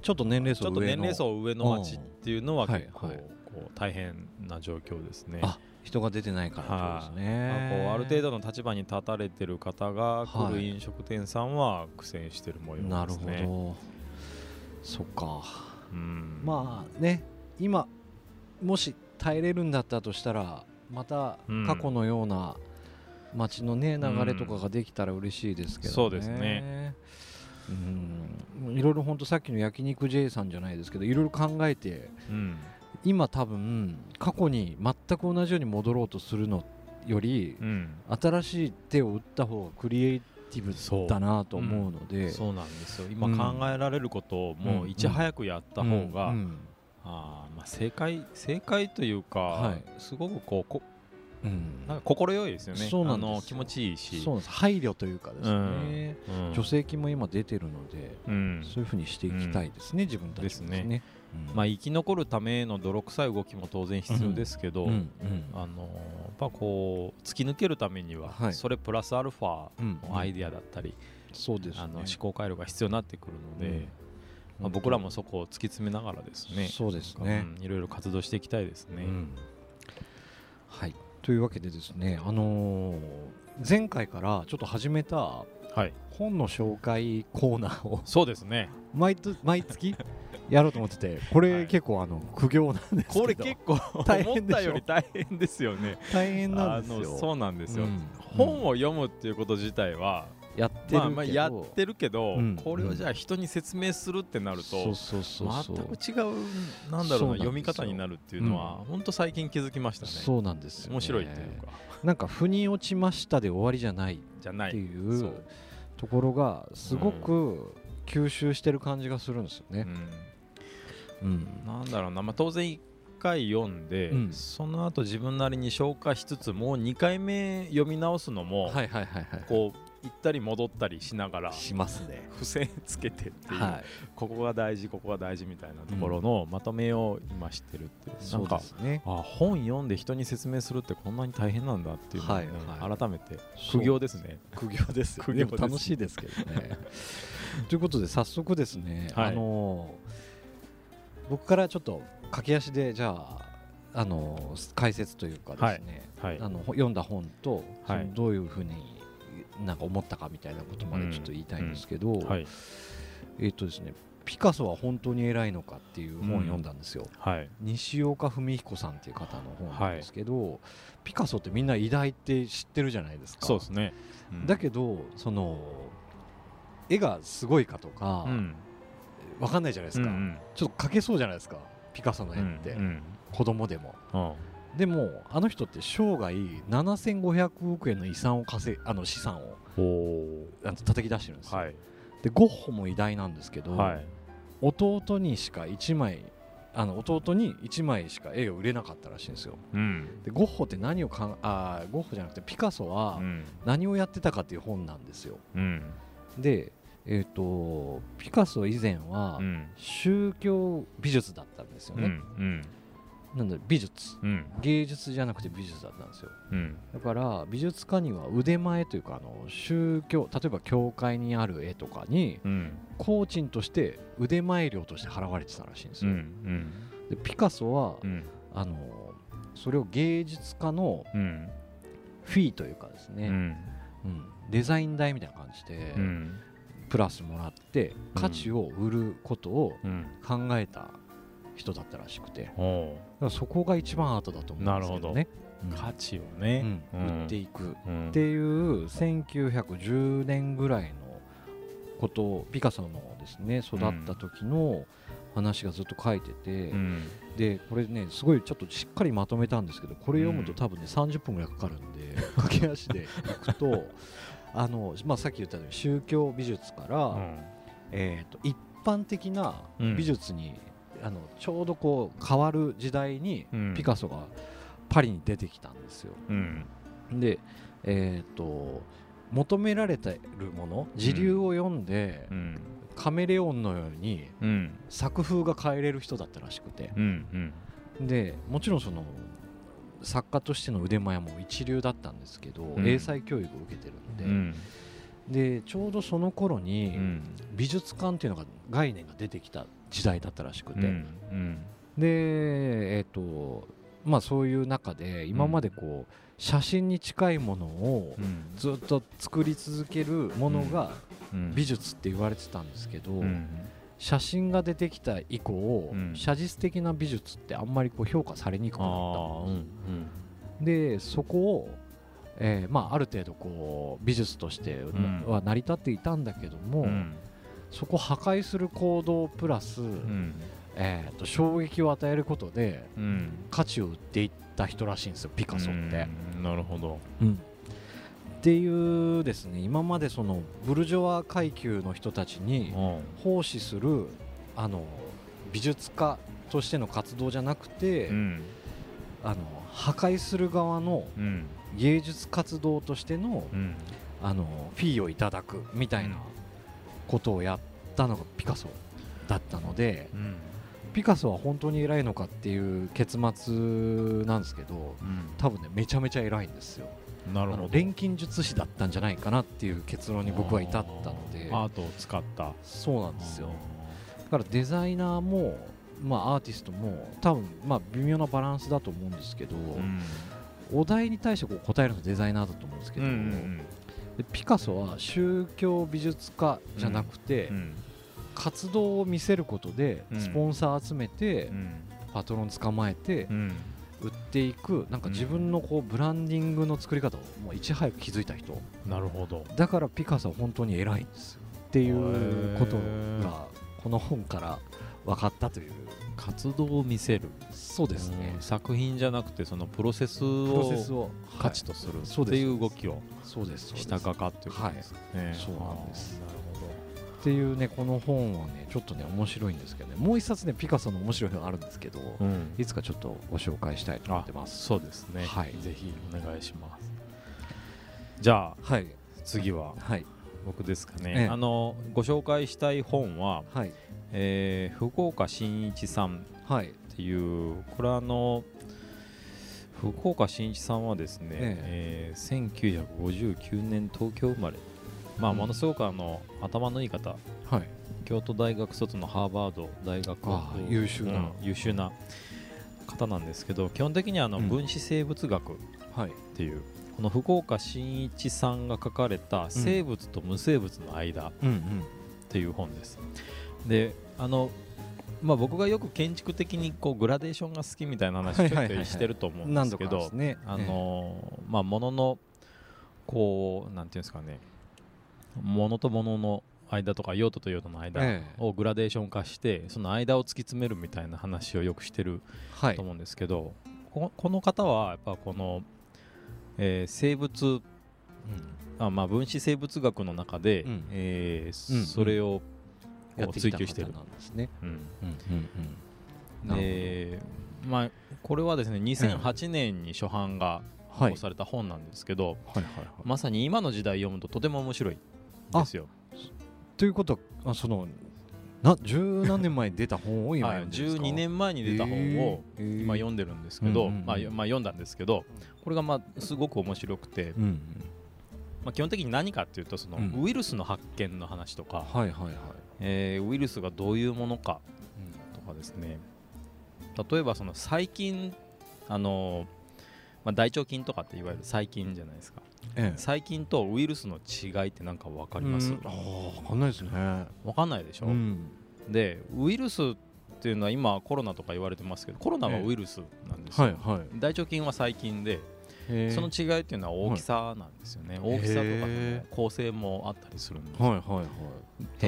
ちょっと年齢層上のちょっと年齢層上の町っていうのは結構、はいはい、こう大変な状況ですね。 あ、人が出てないからですね、 はあ、まあ、こうある程度の立場に立たれてる方が来る飲食店さんは苦戦してる模様ですね。 なるほど、そっか、うん、まあね今もし耐えれるんだったとしたらまた過去のような街のね流れとかができたら嬉しいですけどね、うん、 そうですね、 うん、いろいろ本当さっきの焼肉 J さんじゃないですけどいろいろ考えて、うん、今多分過去に全く同じように戻ろうとするのより、うん、新しい手を打った方がクリエイティブだなと思うので、 うん、そうなんですよ。今考えられることをもういち早くやった方が、うんうん、あまあ正解正解というか、はい、すごくこうこうん、なんか心よいですよね。そうなんですよ。あの気持ちいいし、 そうなんです。配慮というかですね、うんうん、助成金も今出てるので、うん、そういうふうにしていきたいですね、うん、自分たちですね。ですね、 うん、まあ、生き残るための泥臭い動きも当然必要ですけど、うんうんうん、あのやっぱこう突き抜けるためには、はい、それプラスアルファのアイデアだったり、 そうですね、 あの思考回路が必要になってくるので、うん、まあ、僕らもそこを突き詰めながらですね、 そうですね、 うん、いろいろ活動していきたいですね。うん、 はい、というわけでですね、あのー、前回からちょっと始めた本の紹介コーナーをそうですね毎, 毎月やろうと思ってて、これ結構あの苦行なんですけど、 これ結構大変思ったより大変ですよね。 大変なんですよ。 そうなんですよ、うん、本を読むっていうこと自体はやってるけど、まあ、まあやってるけど、うん、これをじゃあ人に説明するってなると全く違うなんだろうな読み方になるっていうのは、うん、本当最近気づきましたね。 そうなんですよ、ね、 面白いっていうか、 なんか腑に落ちましたで終わりじゃないっていうところがすごく吸収してる感じがするんですよね。 うんうん、なんだろうな、まあ、当然いっかい読んで、うん、その後自分なりに消化しつつもうにかいめ読み直すのも、はいはいはいはい、こう行ったり戻ったりしながらしますね。 付箋つけてっていう、はい、ここが大事ここが大事みたいなところのまとめを今知ってるっていう、うん、なんかそうですね、あ本読んで人に説明するってこんなに大変なんだっていうのを、ね、はいはい、改めて苦行ですね。 苦行ですよ、ね、でも楽しいですけどねということで早速ですね、はい、あのー、僕からちょっと駆け足でじゃあ、あのー、解説というかですね、はいはい、あの読んだ本と、はい、どういうふうになんか思ったかみたいなことまでちょっと言いたいんですけど、うんうん、はい、えっとですね、ピカソは本当に偉いのかっていう本を読んだんですよ、うん、はい、西岡文彦さんっていう方の本なんですけど、はい、ピカソってみんな偉大って知ってるじゃないですか。 そうですね、 うん、だけどその絵がすごいかとか、うん、分かんないじゃないですか、うんうん、ちょっと描けそうじゃないですかピカソの絵って、うんうん、子供でも、うん、でもあの人って生涯ななせんごひゃくおくえんの遺産を稼あの資産をあの叩き出してるんですよ、はい、でゴッホも偉大なんですけど、はい、弟にしかいちまいあの弟にいちまいしか絵が売れなかったらしいんですよ、うん、でゴッホって何をかあゴッホじゃなくてピカソは何をやってたかっていう本なんですよ、うん、で、えーと、ピカソ以前は宗教美術だったんですよね、うんうんなんだ美術、うん、芸術じゃなくて美術だったんですよ、うん、だから美術家には腕前というかあの宗教例えば教会にある絵とかに、うん、工賃として腕前料として払われてたらしいんですよ、うんうん、でピカソは、うん、あのそれを芸術家のフィーというかですね、うんうん、デザイン代みたいな感じで、うん、プラスもらって価値を売ることを考えた人だったらしくて、だからそこが一番アートだと思うんですけどね。 うん、価値をね、 うん、売っていくっていうせんきゅうひゃくじゅうねんぐらいのことをピカソのですね育った時の話がずっと書いてて、うん、でこれねすごいちょっとしっかりまとめたんですけど、これ読むと多分ねさんじゅっぷんぐらいかかるんで、駆け足でいくとあの、まあ、さっき言ったように宗教美術から、うん、えーと一般的な美術に、うん、あのちょうどこう変わる時代にピカソがパリに出てきたんですよ、うん、で、えーと求められてるもの、時流を読んで、うん、カメレオンのように作風が変えれる人だったらしくて、うんうん、でもちろんその作家としての腕前も一流だったんですけど、うん、英才教育を受けてるんで、うん、でちょうどその頃に美術館っていうのが概念が出てきた時代だったらしくて、うんうん、でえっとまあそういう中で今までこう写真に近いものをずっと作り続けるものが美術って言われてたんですけど、写真が出てきた以降写実的な美術ってあんまりこう評価されにくくなったで、そこをえーまあある程度こう美術としては成り立っていたんだけども、そこを破壊する行動プラスえー、と衝撃を与えることで、うん、価値を売っていった人らしいんですよ、ピカソって。 なるほど、 うん、っていうですね、今までそのブルジョワ階級の人たちに奉仕するあの美術家としての活動じゃなくて、うん、あの破壊する側の芸術活動としての、うん、あのフィーをいただくみたいなことをやったのがピカソだったので、うん、ピカソは本当に偉いのかっていう結末なんですけど、うん、多分ねめちゃめちゃ偉いんですよ。 なるほど。 錬金術師だったんじゃないかなっていう結論に僕は至ったので、 アートを使った。 そうなんですよ。だからデザイナーも、まあ、アーティストも多分まあ微妙なバランスだと思うんですけど、うん、お題に対してこう答えるのはデザイナーだと思うんですけど、うんうんうん、でピカソは宗教美術家じゃなくて、うんうん、活動を見せることでスポンサー集めて、うん、パトロン捕まえて、うん、売っていく、なんか自分のこうブランディングの作り方をもういち早く気づいた人。 なるほど。 だからピカソは本当に偉いんですっていうことがこの本から分かったという。 活動を見せる。 そうですね。 作品じゃなくてそのプロセスを価値とするっていう動きをした画家っていうことですね。 はい、そうなんです。なるほど。っていうね、この本はねちょっとね面白いんですけどね、もう一冊ねピカソの面白いのがあるんですけど、うん、いつかちょっとご紹介したいと思ってます。 そうですね、はい、ぜひお願いします。じゃあ、はい、次は、はい、僕ですかね、ええ、あのご紹介したい本は、はい、えー、福岡伸一さんっていう、はい、これはあの福岡伸一さんはですね、えええー、せんきゅうひゃくごじゅうきゅうねん東京生まれ、まあ、ものすごくあの頭のいい方、はい、京都大学卒のハーバード大学優秀な、うん、 優秀な方なんですけど、基本的にあの分子生物学っていう、うん、この福岡伸一さんが書かれた生物と無生物の間っていう本です。で、あのまあ、僕がよく建築的にこうグラデーションが好きみたいな話ちょっとしてると思うんですけど、もののこうなんていうんですかね、ものとものの間とか用途と用途の間をグラデーション化してその間を突き詰めるみたいな話をよくしてると思うんですけど、はい、こ, この方はやっぱこの、えー、生物、うん、あまあ分子生物学の中で、うんえーうん、それを追求してるんですね。で、まあこれはですねにせんはちねんに初版が発行された本なんですけど、はいはいはいはい、まさに今の時代読むととても面白いですよ。 ということはそのな十何年前に出た本を今読んでるんですか？ じゅうにねんまえに出た本を今読んでるんですけど、まあまあ読んだんですけど、これがまあすごく面白くて、うんうんまあ、基本的に何かっていうとそのウイルスの発見の話とか、うんはいはいはいえー、ウイルスがどういうものかとかですね、例えばその細菌あのまあ、大腸菌とかっていわゆる細菌じゃないですか、ええ、細菌とウイルスの違いって何か分かります？ うんあ分かんないですね。 分かんないでしょ、うん、でウイルスっっていうのは今コロナとか言われてますけど、コロナはウイルスなんですよ、 はいはい、大腸菌は細菌で、その違いっていうのは大きさなんですよね。大きさとかの構成もあったりするんですよ、はいはいはい、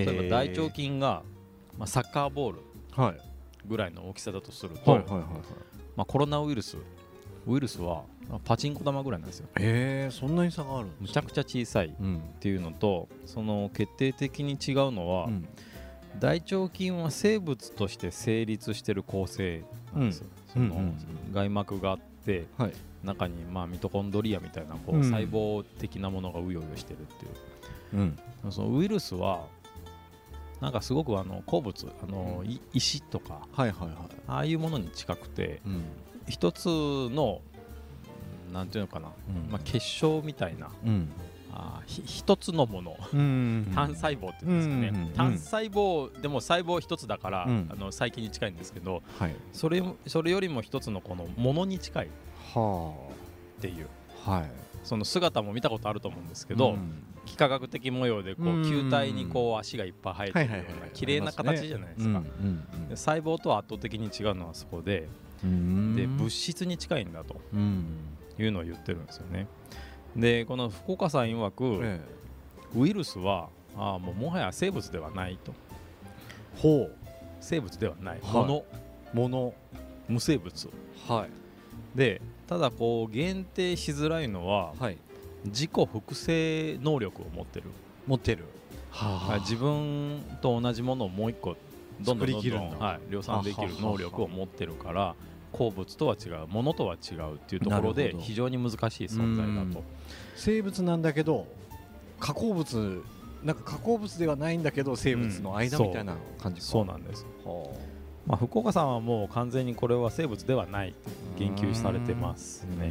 例えば大腸菌が、まあ、サッカーボールぐらいの大きさだとすると、はいはいはいはい、まあ、コロナウイルスウイルスはパチンコ玉ぐらいなんですよ。 へえ、そんなに差があるんですか。 むちゃくちゃ小さいっていうのと、うん、その決定的に違うのは、うん、大腸菌は生物として成立している構成なんですよ、うん、その外膜があって、はい、中にまあミトコンドリアみたいなこう細胞的なものがうようよしてるっていう、うん、そのウイルスはなんかすごくあの鉱物、あの、うん、石とか、はいはいはい、ああいうものに近くて、うん、一つのなんていうのかな、うん、まあ、結晶みたいな、うん、あ一つのもの、うん、単細胞っていうんですかね、うん、単細胞でも細胞一つだから、うん、あの細菌に近いんですけど、はい、それそれよりも一つのこのものに近いっていう、はあ、その姿も見たことあると思うんですけど、うん、幾何学的模様でこう球体にこう足がいっぱい生えてるような綺麗な形じゃないですか。で細胞とは圧倒的に違うのはそこで、で物質に近いんだというのを言ってるんですよね。でこの福岡さん曰く、ええ、ウイルスはあもうもはや生物ではないと。ほう、生物ではない、はい、ものもの無生物、はい、でただこう限定しづらいのは、はい、自己複製能力を持ってる持ってる、 はあ、自分と同じものをもう一個どんどんどんどん、はい、量産できる能力を持ってるから、鉱物とは違う、ものとは違うっていうところで非常に難しい存在だと。 生物なんだけど加工物、なんか加工物ではないんだけど生物の間みたいな感じか、 うん、そう、そうなんです、はあ、まあ、福岡さんはもう完全にこれは生物ではないって言及されてますね。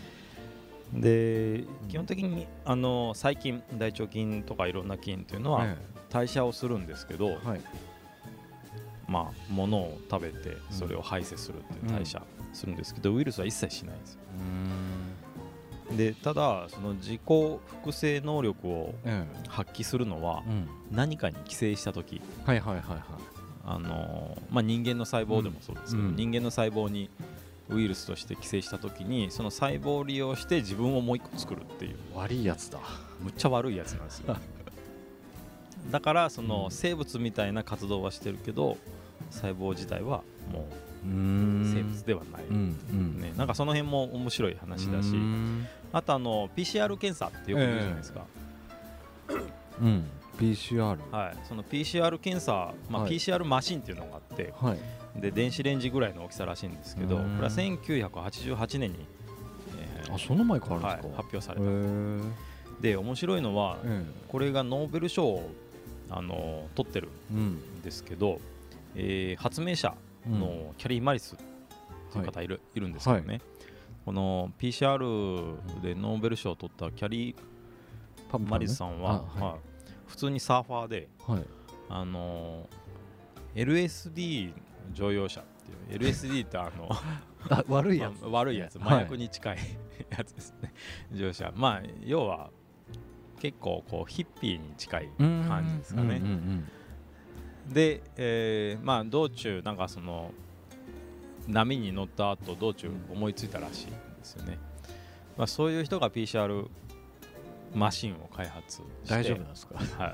で基本的にあの細菌、大腸菌とかいろんな菌というのは代謝をするんですけど、はい、まあ物を食べてそれを排泄するっていう代謝するんですけど、ウイルスは一切しないんですよ。でただその自己複製能力を発揮するのは何かに寄生した時、はいはいはいはい、あのまあ人間の細胞でもそうですけど、うん、人間の細胞にウイルスとして寄生した時にその細胞を利用して自分をもう一個作るっていう悪いやつだ、 むっちゃ悪いやつなんですよだからその生物みたいな活動はしてるけど細胞自体はもう生物ではない、うんうんね、なんかその辺も面白い話だし、あとあの ピーシーアール 検査ってよく言うじゃないですか、 えーうん、ピーシーアール、 はい、その ピーシーアール 検査、まあはい、ピーシーアール マシンっていうのがあって、はい、で電子レンジぐらいの大きさらしいんですけど、これはせんきゅうひゃくはちじゅうはちねんに、 えー、あその前からですか、はい、 発表された。で面白いのは、これがノーベル賞をあの取ってるんですけど、うん、えー、発明者のキャリー・マリスという方いる、はい、いるんですけどね、はい、この ピーシーアール でノーベル賞を取ったキャリー・マリスさんは、はいはい、普通にサーファーで、はい、あの エルエスディー 乗用車っていう エルエスディー ってあのあ悪いやつ、 悪いやつ、麻薬に近いやつですね、乗用車、まあ要は結構こうヒッピーに近い感じですかね。で、えー、まあ道中なんかその波に乗った後道中思いついたらしいんですよね。まあ、そういう人が ピーシーアール マシンを開発して、 大丈夫なんですか、 はい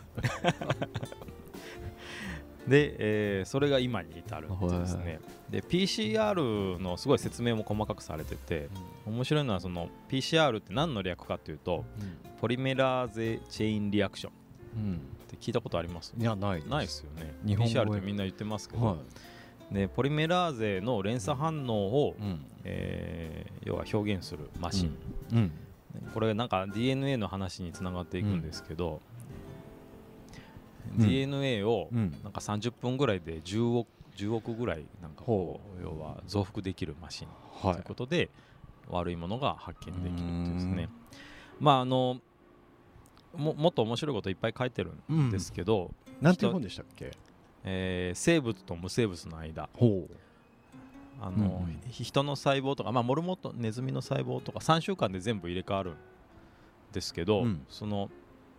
で、えー、それが今に至るんですね。で ピーシーアール のすごい説明も細かくされてて、うん、面白いのはその ピーシーアール って何の略かというと、うん、ポリメラーゼチェインリアクション、うんって聞いたことあります？ いやないです。 ないですよね。ピーシーアール ってみんな言ってますけど、はい、でポリメラーゼの連鎖反応を、うんえー、要は表現するマシン、うんうん、これなんか ディーエヌエー の話につながっていくんですけど、うん、ディーエヌエー をなんかさんじゅっぷんぐらいでじゅうおく、じゅうおくぐらいなんかこう要は増幅できるマシンということで、はい、悪いものが発見できるんですね。まああのも, もっと面白いこといっぱい書いてるんですけど、 うん、なんていう本でしたっけ、 えー、生物と無生物の間、ほうあの、うん、人の細胞とか、まあ、モルモットネズミの細胞とかさんしゅうかんで全部入れ替わるんですけど、うん、その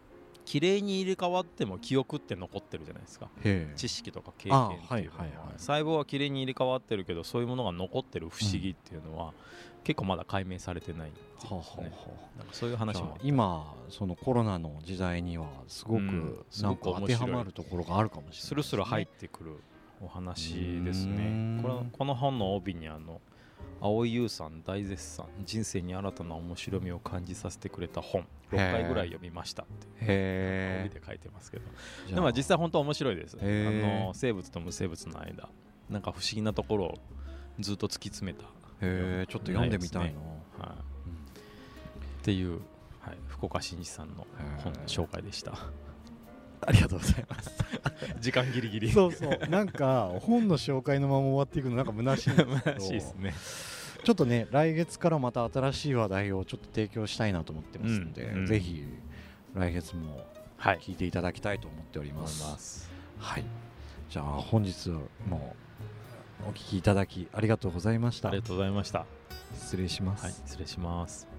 綺麗に入れ替わっても記憶って残ってるじゃないですか。知識とか経験っていうのは、はいはいはい、細胞は綺麗に入れ替わってるけどそういうものが残ってる不思議っていうのは、うん、結構まだ解明されてないっていうですね。はあはあ、なんかそういう話も今そのコロナの時代にはすごくなんか当てはまるところがあるかもしれないですね。 スルスル入ってくるお話ですね。これこの本の帯にあの蒼井優さん大絶賛人生に新たな面白みを感じさせてくれた本ろっかいぐらい読みましたっていう帯で書いてますけど、でも実際本当面白いです。あの生物と無生物の間なんか不思議なところをずっと突き詰めた。 へー、ちょっと読んでみたいな、はい、うん、 っていう、はい、福岡伸一さんの本の紹介でした。 ありがとうございます時間ギリギリそうそうなんか本の紹介のまま終わっていくのなんか虚しいんですけど虚しいですね。 ちょっとね来月からまた新しい話題をちょっと提供したいなと思ってますので、うんうん、ぜひ来月も聞いていただきたいと思っております、はい、はい、じゃあ本日もお聞きいただきありがとうございました。 ありがとうございました。 失礼します、 はい、失礼します。